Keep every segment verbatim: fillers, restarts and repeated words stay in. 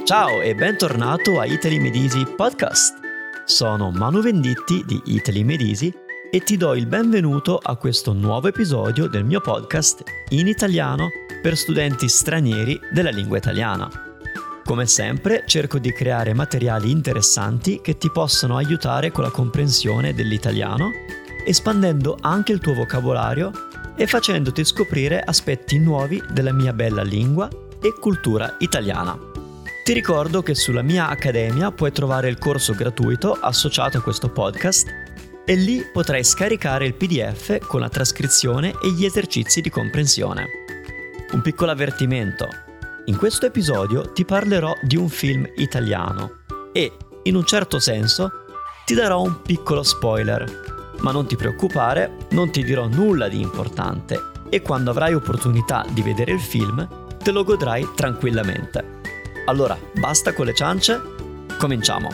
Ciao e bentornato a Italy Made Easy Podcast. Sono Manu Venditti di Italy Made Easy e ti do il benvenuto a questo nuovo episodio del mio podcast in italiano per studenti stranieri della lingua italiana. Come sempre cerco di creare materiali interessanti che ti possano aiutare con la comprensione dell'italiano, espandendo anche il tuo vocabolario e facendoti scoprire aspetti nuovi della mia bella lingua e cultura italiana. Ti ricordo che sulla mia accademia puoi trovare il corso gratuito associato a questo podcast e lì potrai scaricare il P D F con la trascrizione e gli esercizi di comprensione. Un piccolo avvertimento: in questo episodio ti parlerò di un film italiano e, in un certo senso, ti darò un piccolo spoiler. Ma non ti preoccupare, non ti dirò nulla di importante e quando avrai opportunità di vedere il film te lo godrai tranquillamente. Allora, basta con le ciance, cominciamo!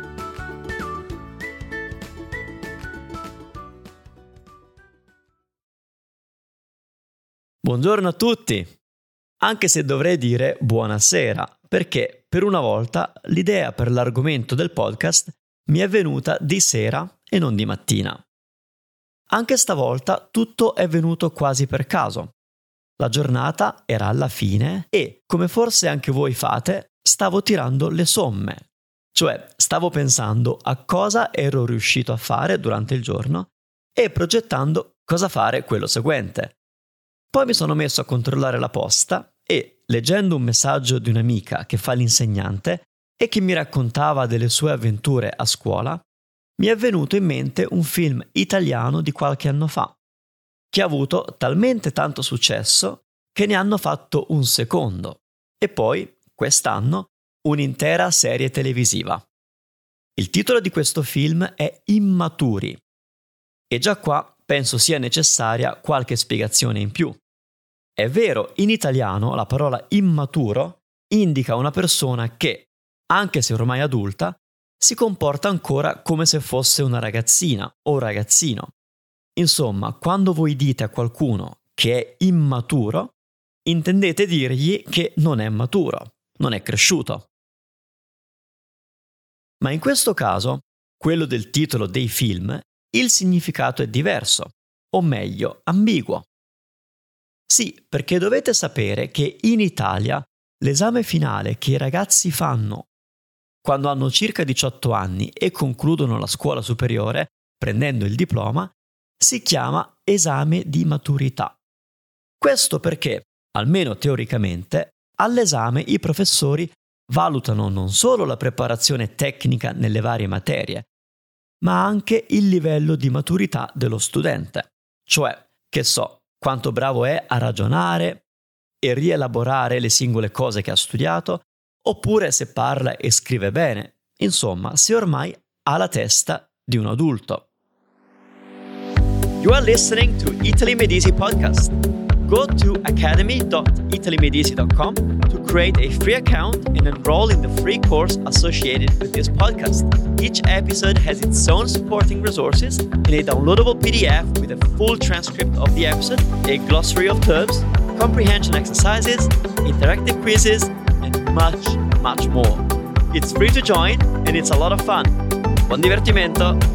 Buongiorno a tutti! Anche se dovrei dire buonasera, perché per una volta l'idea per l'argomento del podcast mi è venuta di sera e non di mattina. Anche stavolta tutto è venuto quasi per caso. La giornata era alla fine e, come forse anche voi fate, stavo tirando le somme. Cioè, stavo pensando a cosa ero riuscito a fare durante il giorno e progettando cosa fare quello seguente. Poi mi sono messo a controllare la posta e, leggendo un messaggio di un'amica che fa l'insegnante e che mi raccontava delle sue avventure a scuola, mi è venuto in mente un film italiano di qualche anno fa, che ha avuto talmente tanto successo che ne hanno fatto un secondo e poi, quest'anno, un'intera serie televisiva. Il titolo di questo film è Immaturi e già qua penso sia necessaria qualche spiegazione in più. È vero, in italiano la parola immaturo indica una persona che, anche se ormai adulta, si comporta ancora come se fosse una ragazzina o ragazzino. Insomma, quando voi dite a qualcuno che è immaturo, intendete dirgli che non è maturo, non è cresciuto. Ma in questo caso, quello del titolo dei film, il significato è diverso, o meglio, ambiguo. Sì, perché dovete sapere che in Italia l'esame finale che i ragazzi fanno quando hanno circa diciotto anni e concludono la scuola superiore, prendendo il diploma, si chiama esame di maturità. Questo perché, almeno teoricamente, all'esame i professori valutano non solo la preparazione tecnica nelle varie materie, ma anche il livello di maturità dello studente. Cioè, che so, quanto bravo è a ragionare e rielaborare le singole cose che ha studiato, oppure se parla e scrive bene, insomma, se ormai ha la testa di un adulto. You are listening to Italy Made Easy Podcast. Go to academy dot italy made easy dot com to create a free account and enroll in the free course associated with this podcast. Each episode has its own supporting resources and a downloadable P D F with a full transcript of the episode, a glossary of terms, comprehension exercises, interactive quizzes, and much, much more. It's free to join and it's a lot of fun. Buon divertimento!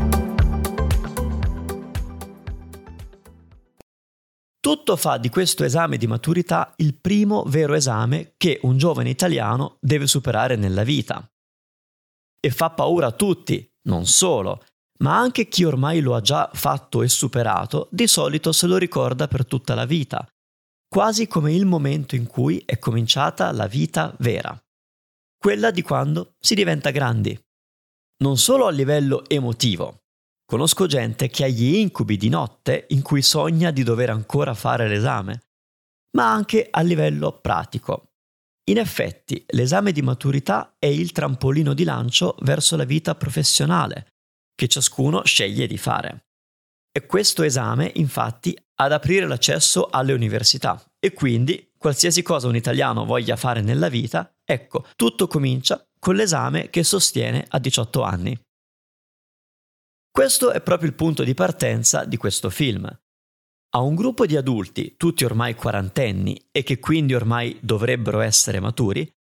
Tutto fa di questo esame di maturità il primo vero esame che un giovane italiano deve superare nella vita. E fa paura a tutti, non solo, ma anche chi ormai lo ha già fatto e superato, di solito se lo ricorda per tutta la vita, quasi come il momento in cui è cominciata la vita vera, quella di quando si diventa grandi. Non solo a livello emotivo. Conosco gente che ha gli incubi di notte in cui sogna di dover ancora fare l'esame, ma anche a livello pratico. In effetti, l'esame di maturità è il trampolino di lancio verso la vita professionale, che ciascuno sceglie di fare. È questo esame, infatti, ad aprire l'accesso alle università e quindi, qualsiasi cosa un italiano voglia fare nella vita, ecco, tutto comincia con l'esame che sostiene a diciotto anni. Questo è proprio il punto di partenza di questo film. A un gruppo di adulti, tutti ormai quarantenni e che quindi ormai dovrebbero essere maturi,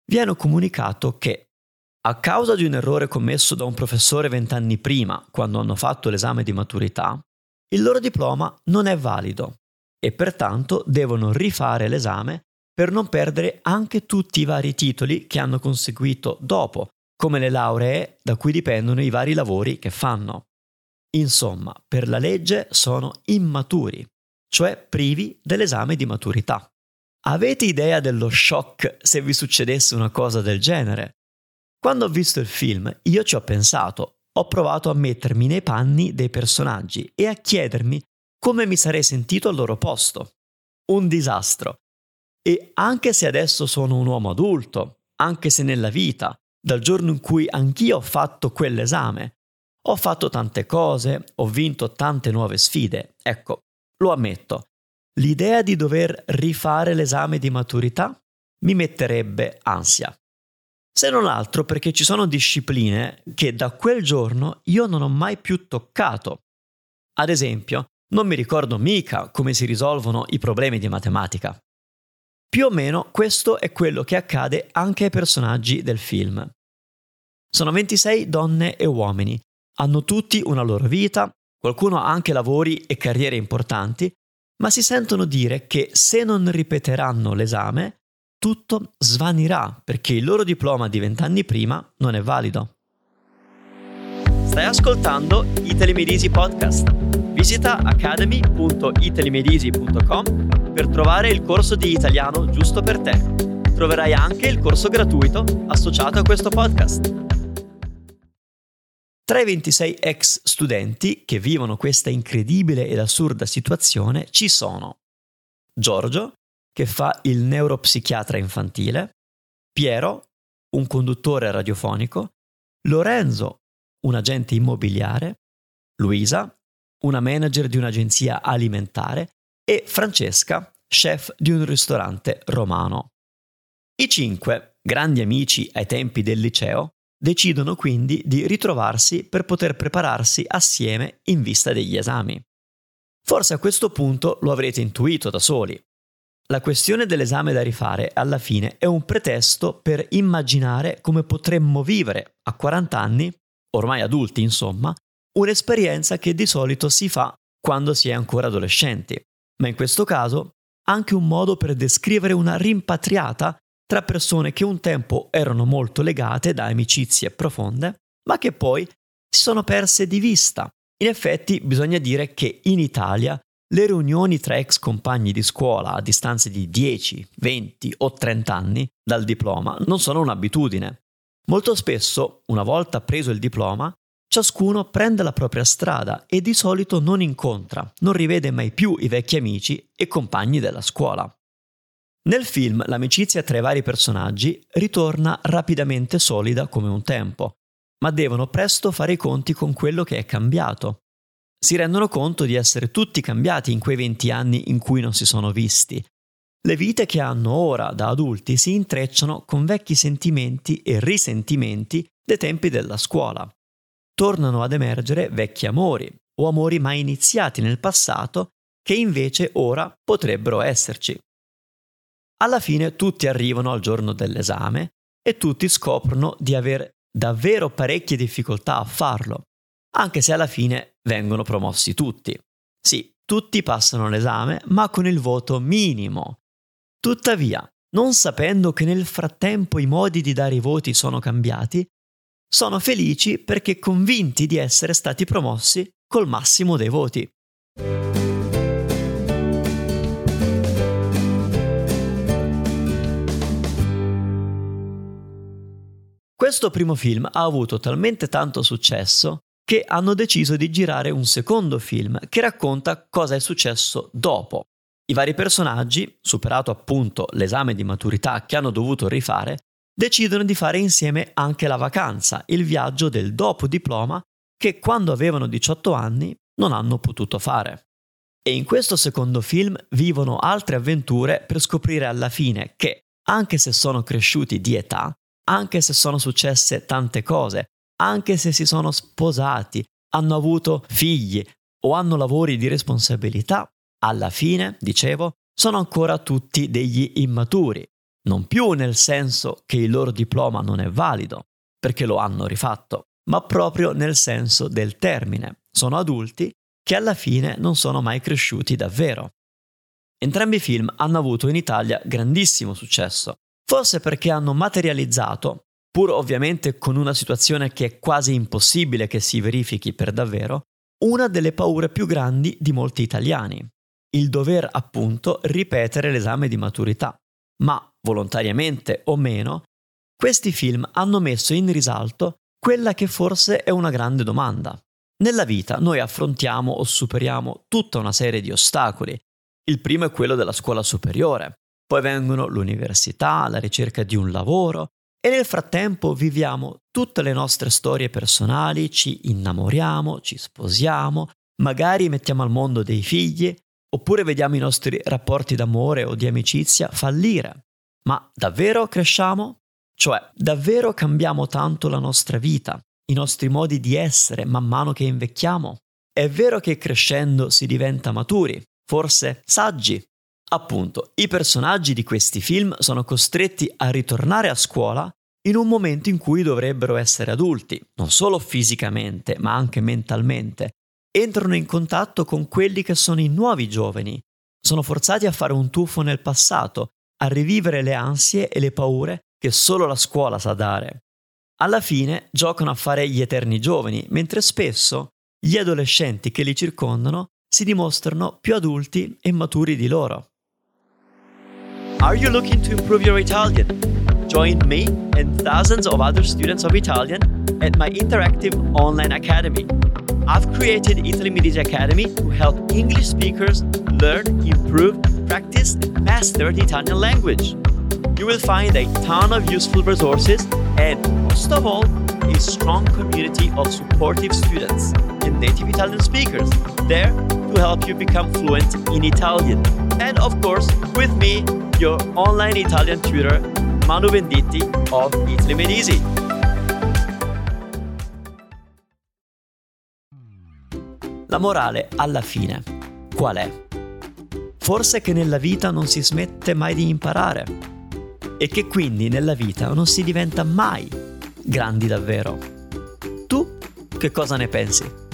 viene comunicato che, a causa di un errore commesso da un professore vent'anni prima, quando hanno fatto l'esame di maturità, il loro diploma non è valido e pertanto devono rifare l'esame per non perdere anche tutti i vari titoli che hanno conseguito dopo, come le lauree da cui dipendono i vari lavori che fanno. Insomma, per la legge sono immaturi, cioè privi dell'esame di maturità. Avete idea dello shock se vi succedesse una cosa del genere? Quando ho visto il film, io ci ho pensato, ho provato a mettermi nei panni dei personaggi e a chiedermi come mi sarei sentito al loro posto. Un disastro. E anche se adesso sono un uomo adulto, anche se nella vita, dal giorno in cui anch'io ho fatto quell'esame, ho fatto tante cose, ho vinto tante nuove sfide, ecco, lo ammetto, l'idea di dover rifare l'esame di maturità mi metterebbe ansia. Se non altro perché ci sono discipline che da quel giorno io non ho mai più toccato. Ad esempio, non mi ricordo mica come si risolvono i problemi di matematica. Più o meno questo è quello che accade anche ai personaggi del film. Sono ventisei donne e uomini, hanno tutti una loro vita, qualcuno ha anche lavori e carriere importanti, ma si sentono dire che se non ripeteranno l'esame, tutto svanirà perché il loro diploma di vent'anni prima non è valido. Stai ascoltando Italimedisi Podcast. Visita academy punto italimedisi punto com per trovare il corso di italiano giusto per te. Troverai anche il corso gratuito associato a questo podcast. Tra i ventisei ex studenti che vivono questa incredibile ed assurda situazione ci sono Giorgio, che fa il neuropsichiatra infantile, Piero, un conduttore radiofonico, Lorenzo, un agente immobiliare, Luisa, una manager di un'agenzia alimentare e Francesca, chef di un ristorante romano. I cinque, grandi amici ai tempi del liceo, decidono quindi di ritrovarsi per poter prepararsi assieme in vista degli esami. Forse a questo punto lo avrete intuito da soli. La questione dell'esame da rifare alla fine è un pretesto per immaginare come potremmo vivere a quaranta anni, ormai adulti insomma, un'esperienza che di solito si fa quando si è ancora adolescenti, ma in questo caso anche un modo per descrivere una rimpatriata tra persone che un tempo erano molto legate da amicizie profonde, ma che poi si sono perse di vista. In effetti bisogna dire che in Italia le riunioni tra ex compagni di scuola a distanza di dieci, venti o trenta anni dal diploma non sono un'abitudine. Molto spesso, una volta preso il diploma, ciascuno prende la propria strada e di solito non incontra, non rivede mai più i vecchi amici e compagni della scuola. Nel film l'amicizia tra i vari personaggi ritorna rapidamente solida come un tempo, ma devono presto fare i conti con quello che è cambiato. Si rendono conto di essere tutti cambiati in quei venti anni in cui non si sono visti. Le vite che hanno ora da adulti si intrecciano con vecchi sentimenti e risentimenti dei tempi della scuola. Tornano ad emergere vecchi amori o amori mai iniziati nel passato che invece ora potrebbero esserci. Alla fine tutti arrivano al giorno dell'esame e tutti scoprono di aver davvero parecchie difficoltà a farlo, anche se alla fine vengono promossi tutti. Sì, tutti passano l'esame, ma con il voto minimo. Tuttavia, non sapendo che nel frattempo i modi di dare i voti sono cambiati, sono felici perché convinti di essere stati promossi col massimo dei voti. Questo primo film ha avuto talmente tanto successo che hanno deciso di girare un secondo film che racconta cosa è successo dopo. I vari personaggi, superato appunto l'esame di maturità che hanno dovuto rifare, decidono di fare insieme anche la vacanza, il viaggio del dopo diploma che quando avevano diciotto anni non hanno potuto fare. E in questo secondo film vivono altre avventure per scoprire alla fine che, anche se sono cresciuti di età, anche se sono successe tante cose, anche se si sono sposati, hanno avuto figli o hanno lavori di responsabilità, alla fine, dicevo, sono ancora tutti degli immaturi non più nel senso che il loro diploma non è valido, perché lo hanno rifatto, ma proprio nel senso del termine. Sono adulti che alla fine non sono mai cresciuti davvero. Entrambi i film hanno avuto in Italia grandissimo successo, forse perché hanno materializzato, pur ovviamente con una situazione che è quasi impossibile che si verifichi per davvero, una delle paure più grandi di molti italiani, il dover appunto ripetere l'esame di maturità. Ma, volontariamente o meno, questi film hanno messo in risalto quella che forse è una grande domanda. Nella vita noi affrontiamo o superiamo tutta una serie di ostacoli. Il primo è quello della scuola superiore, poi vengono l'università, la ricerca di un lavoro e nel frattempo viviamo tutte le nostre storie personali, ci innamoriamo, ci sposiamo, magari mettiamo al mondo dei figli, oppure vediamo i nostri rapporti d'amore o di amicizia fallire. Ma davvero cresciamo? Cioè, davvero cambiamo tanto la nostra vita, i nostri modi di essere man mano che invecchiamo? È vero che crescendo si diventa maturi, forse saggi? Appunto, i personaggi di questi film sono costretti a ritornare a scuola in un momento in cui dovrebbero essere adulti, non solo fisicamente, ma anche mentalmente. Entrano in contatto con quelli che sono i nuovi giovani, sono forzati a fare un tuffo nel passato, a rivivere le ansie e le paure che solo la scuola sa dare. Alla fine giocano a fare gli eterni giovani, mentre spesso gli adolescenti che li circondano si dimostrano più adulti e maturi di loro. Are you looking to improve your Italian? Join me and thousands of other students of Italian at my interactive online academy. I've created Italy Medici Academy to help English speakers learn, improve, practice, and master the Italian language. You will find a ton of useful resources and, most of all, a strong community of supportive students and native Italian speakers there to help you become fluent in Italian. And of course, with me, your online Italian tutor, Manu Venditti of Italy Medici. La morale, alla fine, qual è? Forse che nella vita non si smette mai di imparare e che quindi nella vita non si diventa mai grandi davvero. Tu che cosa ne pensi?